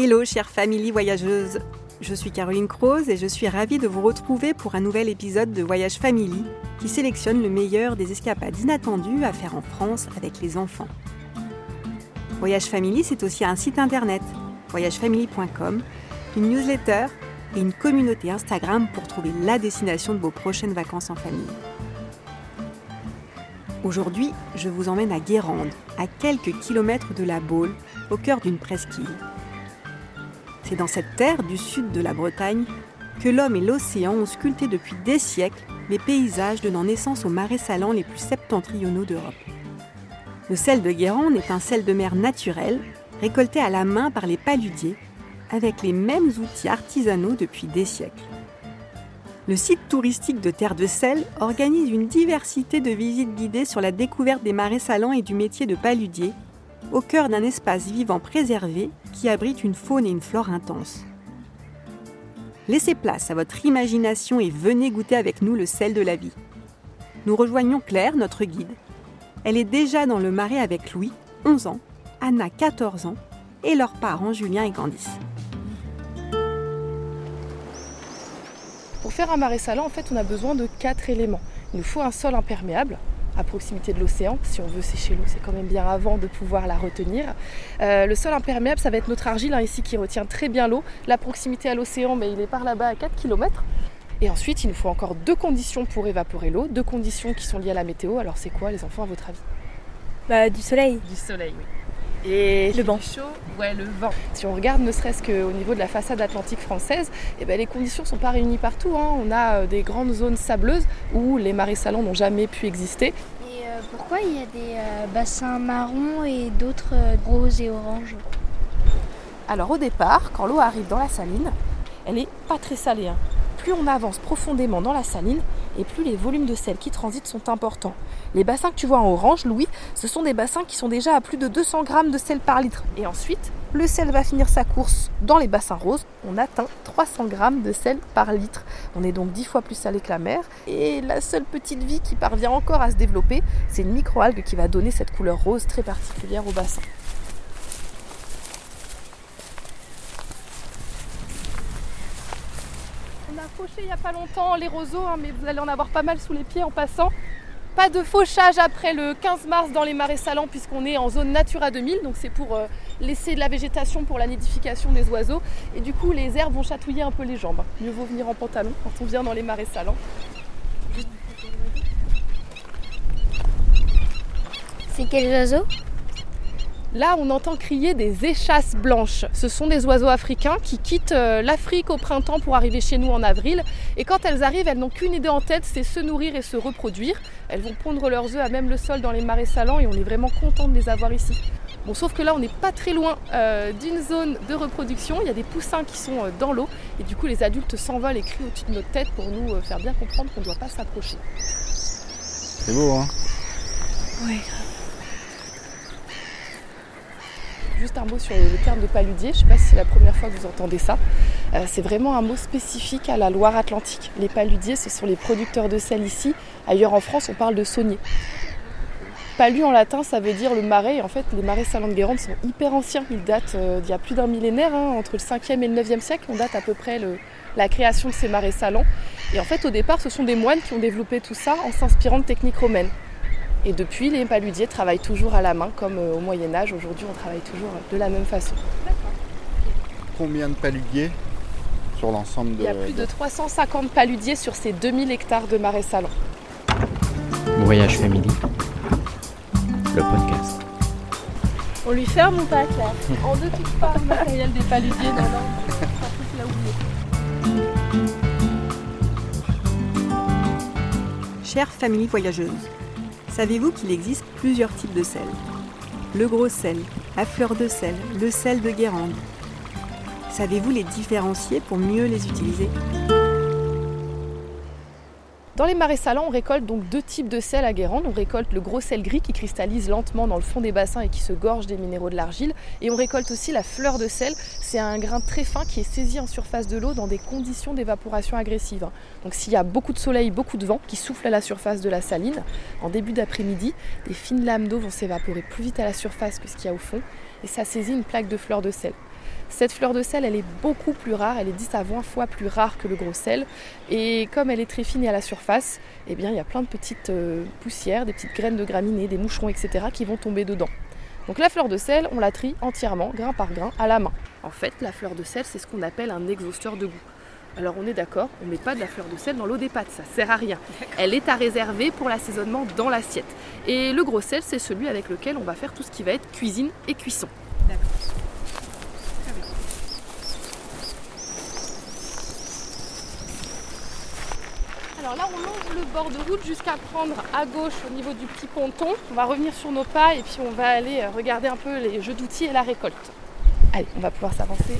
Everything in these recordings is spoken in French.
Hello chère famille voyageuse, je suis Caroline Croze et je suis ravie de vous retrouver pour un nouvel épisode de Voyage Family qui sélectionne le meilleur des escapades inattendues à faire en France avec les enfants. Voyage Family, c'est aussi un site internet, voyagefamily.com, une newsletter et une communauté Instagram pour trouver la destination de vos prochaines vacances en famille. Aujourd'hui, je vous emmène à Guérande, à quelques kilomètres de la Baule, au cœur d'une presqu'île. C'est dans cette terre du sud de la Bretagne que l'homme et l'océan ont sculpté depuis des siècles les paysages donnant naissance aux marais salants les plus septentrionaux d'Europe. Le sel de Guérande est un sel de mer naturel, récolté à la main par les paludiers, avec les mêmes outils artisanaux depuis des siècles. Le site touristique de Terre de Sel organise une diversité de visites guidées sur la découverte des marais salants et du métier de paludier, au cœur d'un espace vivant préservé qui abrite une faune et une flore intenses. Laissez place à votre imagination et venez goûter avec nous le sel de la vie. Nous rejoignons Claire, notre guide. Elle est déjà dans le marais avec Louis, 11 ans, Anna, 14 ans, et leurs parents Julien et Candice. Pour faire un marais salant, en fait, on a besoin de 4 éléments. Il nous faut un sol imperméable, à proximité de l'océan. Si on veut sécher l'eau, c'est quand même bien avant de pouvoir la retenir. Le sol imperméable, ça va être notre argile ici qui retient très bien l'eau. La proximité à l'océan, mais il est par là-bas à 4 km. Et ensuite, il nous faut encore 2 conditions pour évaporer l'eau, 2 conditions qui sont liées à la météo. Alors c'est quoi les enfants à votre avis ? Du soleil. Du soleil, oui. Et le vent. Chaud, ouais, le vent. Si on regarde ne serait-ce qu'au niveau de la façade atlantique française, les conditions ne sont pas réunies partout. On a des grandes zones sableuses où les marais salants n'ont jamais pu exister. Et pourquoi il y a des bassins marrons et d'autres roses et oranges ? Alors au départ, quand l'eau arrive dans la saline, elle n'est pas très salée. Plus on avance profondément dans la saline, et plus les volumes de sel qui transitent sont importants. Les bassins que tu vois en orange, Louis, ce sont des bassins qui sont déjà à plus de 200 grammes de sel par litre. Et ensuite, le sel va finir sa course dans les bassins roses. On atteint 300 grammes de sel par litre. On est donc 10 fois plus salé que la mer. Et la seule petite vie qui parvient encore à se développer, c'est une microalgue qui va donner cette couleur rose très particulière au bassin. On a fauché il n'y a pas longtemps les roseaux, mais vous allez en avoir pas mal sous les pieds en passant. Pas de fauchage après le 15 mars dans les marais salants puisqu'on est en zone Natura 2000, donc c'est pour laisser de la végétation pour la nidification des oiseaux. Et du coup les herbes vont chatouiller un peu les jambes. Mieux vaut venir en pantalon quand on vient dans les marais salants. C'est quels oiseaux ? Là, on entend crier des échasses blanches. Ce sont des oiseaux africains qui quittent l'Afrique au printemps pour arriver chez nous en avril. Et quand elles arrivent, elles n'ont qu'une idée en tête, c'est se nourrir et se reproduire. Elles vont pondre leurs œufs à même le sol dans les marais salants et on est vraiment content de les avoir ici. Bon, sauf que là, on n'est pas très loin d'une zone de reproduction. Il y a des poussins qui sont dans l'eau. Et du coup, les adultes s'envolent et crient au-dessus de notre tête pour nous faire bien comprendre qu'on ne doit pas s'approcher. C'est beau, hein ? Ouais, grave. Juste un mot sur le terme de paludier, je ne sais pas si c'est la première fois que vous entendez ça. C'est vraiment un mot spécifique à la Loire-Atlantique. Les paludiers, ce sont les producteurs de sel ici. Ailleurs en France, on parle de sauniers. Palu en latin, ça veut dire le marais. Et en fait, les marais salants de Guérande sont hyper anciens. Ils datent d'il y a plus d'un millénaire, entre le 5e et le 9e siècle. On date à peu près la création de ces marais salants. Et en fait, au départ, ce sont des moines qui ont développé tout ça en s'inspirant de techniques romaines. Et depuis, les paludiers travaillent toujours à la main, comme au Moyen-Âge. Aujourd'hui, on travaille toujours de la même façon. Combien de paludiers sur l'ensemble de... Il y a plus de 350 paludiers sur ces 2000 hectares de marais salants. Voyage Family, le podcast. On lui fait un montage là. En deux toutes parts, le matériel des paludiers. Non, il l'a oublié. Chère famille voyageuse, savez-vous qu'il existe plusieurs types de sel ? Le gros sel, la fleur de sel, le sel de Guérande. Savez-vous les différencier pour mieux les utiliser ? Dans les marais salants, on récolte donc 2 types de sel à Guérande. On récolte le gros sel gris qui cristallise lentement dans le fond des bassins et qui se gorge des minéraux de l'argile. Et on récolte aussi la fleur de sel. C'est un grain très fin qui est saisi en surface de l'eau dans des conditions d'évaporation agressive. Donc s'il y a beaucoup de soleil, beaucoup de vent qui souffle à la surface de la saline, en début d'après-midi, des fines lames d'eau vont s'évaporer plus vite à la surface que ce qu'il y a au fond. Et ça saisit une plaque de fleur de sel. Cette fleur de sel, elle est beaucoup plus rare, elle est 10 à 20 fois plus rare que le gros sel. Et comme elle est très fine et à la surface, eh bien, il y a plein de petites poussières, des petites graines de graminées, des moucherons, etc. qui vont tomber dedans. Donc la fleur de sel, on la trie entièrement, grain par grain, à la main. En fait, la fleur de sel, c'est ce qu'on appelle un exhausteur de goût. Alors on est d'accord, on ne met pas de la fleur de sel dans l'eau des pâtes, ça ne sert à rien. Elle est à réserver pour l'assaisonnement dans l'assiette. Et le gros sel, c'est celui avec lequel on va faire tout ce qui va être cuisine et cuisson. D'accord. Alors là, on longe le bord de route jusqu'à prendre à gauche au niveau du petit ponton. On va revenir sur nos pas et puis on va aller regarder un peu les jeux d'outils et la récolte. Allez, on va pouvoir s'avancer.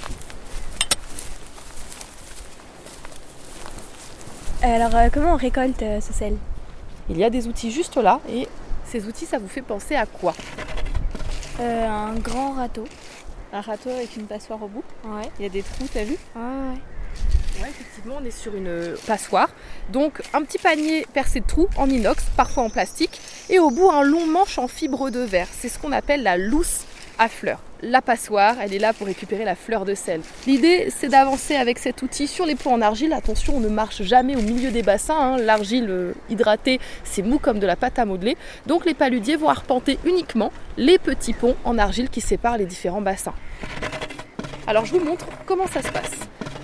Alors, comment on récolte ce sel ? Il y a des outils juste là et ces outils, ça vous fait penser à quoi ? Un grand râteau. Un râteau avec une passoire au bout. Ouais. Il y a des trous, t'as vu ? Ouais. Ouais, effectivement, on est sur une passoire. Donc, un petit panier percé de trous en inox, parfois en plastique, et au bout, un long manche en fibre de verre. C'est ce qu'on appelle la lousse à fleurs. La passoire, elle est là pour récupérer la fleur de sel. L'idée, c'est d'avancer avec cet outil sur les pots en argile. Attention, on ne marche jamais au milieu des bassins. L'argile hydratée, c'est mou comme de la pâte à modeler. Donc, les paludiers vont arpenter uniquement les petits ponts en argile qui séparent les différents bassins. Alors, je vous montre comment ça se passe.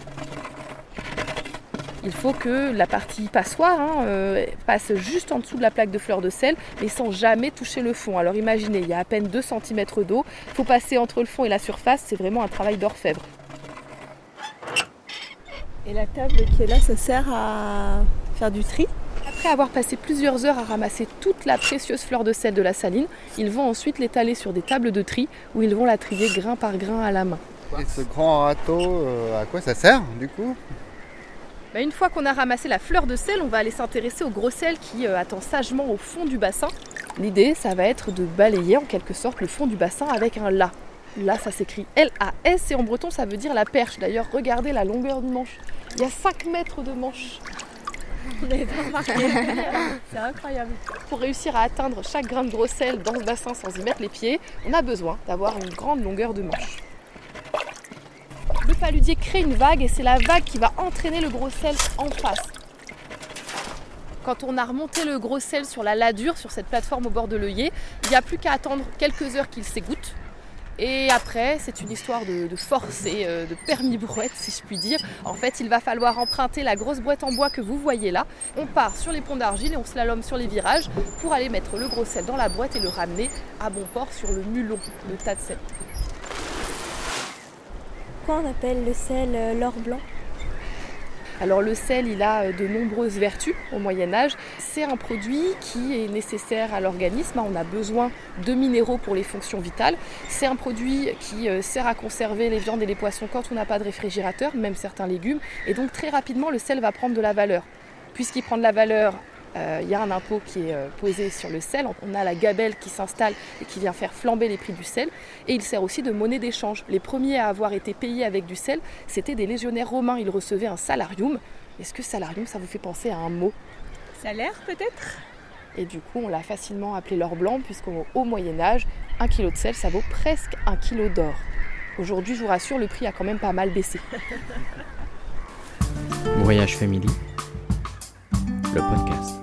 Il faut que la partie passoire passe juste en dessous de la plaque de fleur de sel, mais sans jamais toucher le fond. Alors imaginez, il y a à peine 2 cm d'eau, il faut passer entre le fond et la surface, c'est vraiment un travail d'orfèvre. Et la table qui est là, ça sert à faire du tri ? Après avoir passé plusieurs heures à ramasser toute la précieuse fleur de sel de la saline, ils vont ensuite l'étaler sur des tables de tri où ils vont la trier grain par grain à la main. Et ce grand râteau, à quoi ça sert du coup ? Une fois qu'on a ramassé la fleur de sel, on va aller s'intéresser au gros sel qui attend sagement au fond du bassin. L'idée, ça va être de balayer en quelque sorte le fond du bassin avec un la. Là, ça s'écrit L-A-S et en breton, ça veut dire la perche. D'ailleurs, regardez la longueur du manche. Il y a 5 mètres de manche. Vous n'avez pas remarqué ? C'est incroyable. Pour réussir à atteindre chaque grain de gros sel dans ce bassin sans y mettre les pieds, on a besoin d'avoir une grande longueur de manche. Le paludier crée une vague et c'est la vague qui va entraîner le gros sel en face. Quand on a remonté le gros sel sur la ladure, sur cette plateforme au bord de l'œillet, il n'y a plus qu'à attendre quelques heures qu'il s'égoutte. Et après, c'est une histoire de force et de permis brouette, si je puis dire. En fait, il va falloir emprunter la grosse boîte en bois que vous voyez là. On part sur les ponts d'argile et on slalome sur les virages pour aller mettre le gros sel dans la boîte et le ramener à bon port sur le mulon, le tas de sel. Pourquoi on appelle le sel l'or blanc ? Alors le sel, il a de nombreuses vertus au Moyen-Âge. C'est un produit qui est nécessaire à l'organisme. On a besoin de minéraux pour les fonctions vitales. C'est un produit qui sert à conserver les viandes et les poissons quand on n'a pas de réfrigérateur, même certains légumes. Et donc très rapidement, le sel va prendre de la valeur. Puisqu'il prend de la valeur, il y a un impôt qui est posé sur le sel. On a la gabelle qui s'installe et qui vient faire flamber les prix du sel. Et il sert aussi de monnaie d'échange. Les premiers à avoir été payés avec du sel, c'était des légionnaires romains. Ils recevaient un salarium. Est-ce que salarium, ça vous fait penser à un mot ? Salaire peut-être ? Et du coup, on l'a facilement appelé l'or blanc, puisqu'au Moyen-Âge, 1 kg de sel, ça vaut presque 1 kg d'or. Aujourd'hui, je vous rassure, le prix a quand même pas mal baissé. Voyage Family, le podcast.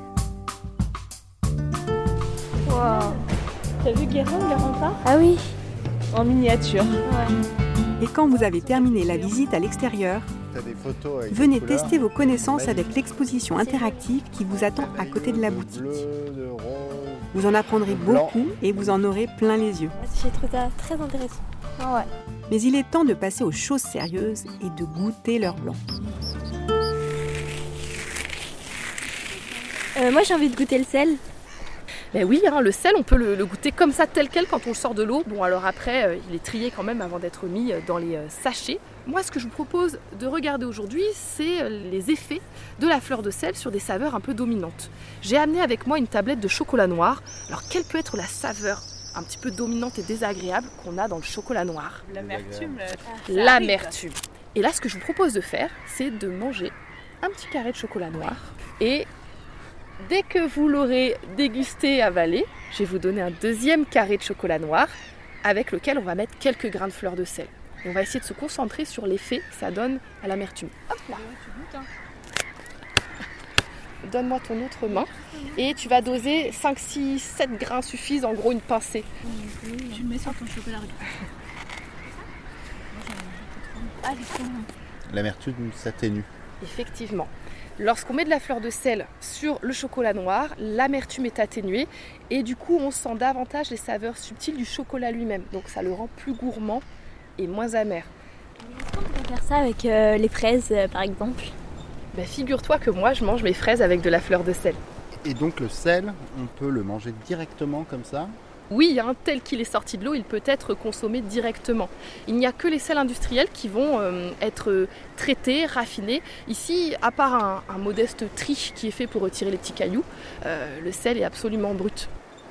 Wow. T'as vu Guérande, le rempart ? Ah oui. En miniature. Ouais. Et quand vous avez terminé la visite à l'extérieur, T'as des photos avec venez des couleurs. tester vos connaissances avec l'exposition interactive qui vous attend à côté de la boutique. Bleu, de rose. Vous en apprendrez Blanc. beaucoup et vous en aurez plein les yeux. J'ai trouvé ça très intéressant. Ah ouais. Mais il est temps de passer aux choses sérieuses et de goûter leur blanc. Moi j'ai envie de goûter le sel. Ben oui, le sel, on peut le goûter comme ça, tel quel, quand on le sort de l'eau. Bon, alors après, il est trié quand même avant d'être mis dans les sachets. Moi, ce que je vous propose de regarder aujourd'hui, c'est les effets de la fleur de sel sur des saveurs un peu dominantes. J'ai amené avec moi une tablette de chocolat noir. Alors, quelle peut être la saveur un petit peu dominante et désagréable qu'on a dans le chocolat noir ? L'amertume. L'amertume. Et là, ce que je vous propose de faire, c'est de manger un petit carré de chocolat noir. Et dès que vous l'aurez dégusté et avalé, je vais vous donner un deuxième carré de chocolat noir avec lequel on va mettre quelques grains de fleur de sel. Et on va essayer de se concentrer sur l'effet que ça donne à l'amertume. Hop là. Donne-moi ton autre main et tu vas doser 5, 6, 7 grains suffisent, en gros une pincée. Tu le mets sur ton chocolat. L'amertume s'atténue. Effectivement. Lorsqu'on met de la fleur de sel sur le chocolat noir, l'amertume est atténuée et du coup on sent davantage les saveurs subtiles du chocolat lui-même. Donc ça le rend plus gourmand et moins amer. Est-ce qu'on pourrait faire ça avec les fraises par exemple? Figure-toi que moi je mange mes fraises avec de la fleur de sel. Et donc le sel, on peut le manger directement comme ça? Oui, tel qu'il est sorti de l'eau, il peut être consommé directement. Il n'y a que les sels industriels qui vont être traités, raffinés. Ici, à part un modeste tri qui est fait pour retirer les petits cailloux, le sel est absolument brut.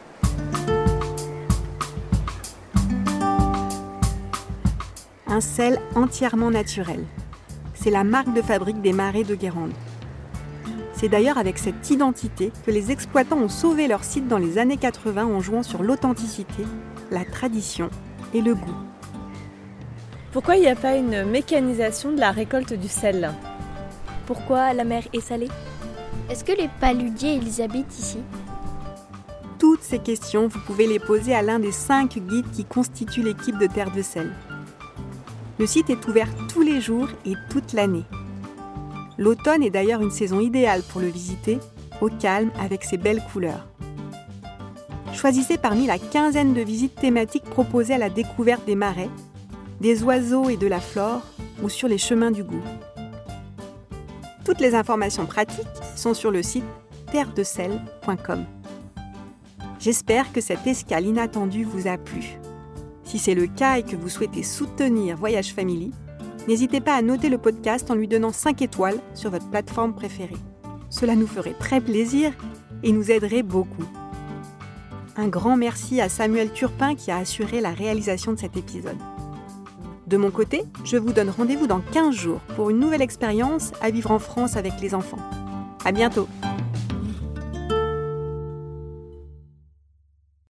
Un sel entièrement naturel. C'est la marque de fabrique des marais de Guérande. C'est d'ailleurs avec cette identité que les exploitants ont sauvé leur site dans les années 80 en jouant sur l'authenticité, la tradition et le goût. Pourquoi il n'y a pas une mécanisation de la récolte du sel? Pourquoi la mer est salée? Est-ce que les paludiers, ils habitent ici? Toutes ces questions, vous pouvez les poser à l'un des 5 guides qui constituent l'équipe de Terre de Sel. Le site est ouvert tous les jours et toute l'année. L'automne est d'ailleurs une saison idéale pour le visiter, au calme avec ses belles couleurs. Choisissez parmi la quinzaine de visites thématiques proposées à la découverte des marais, des oiseaux et de la flore ou sur les chemins du goût. Toutes les informations pratiques sont sur le site terredesel.com. J'espère que cette escale inattendue vous a plu. Si c'est le cas et que vous souhaitez soutenir Voyage Family, n'hésitez pas à noter le podcast en lui donnant 5 étoiles sur votre plateforme préférée. Cela nous ferait très plaisir et nous aiderait beaucoup. Un grand merci à Samuel Turpin qui a assuré la réalisation de cet épisode. De mon côté, je vous donne rendez-vous dans 15 jours pour une nouvelle expérience à vivre en France avec les enfants. À bientôt!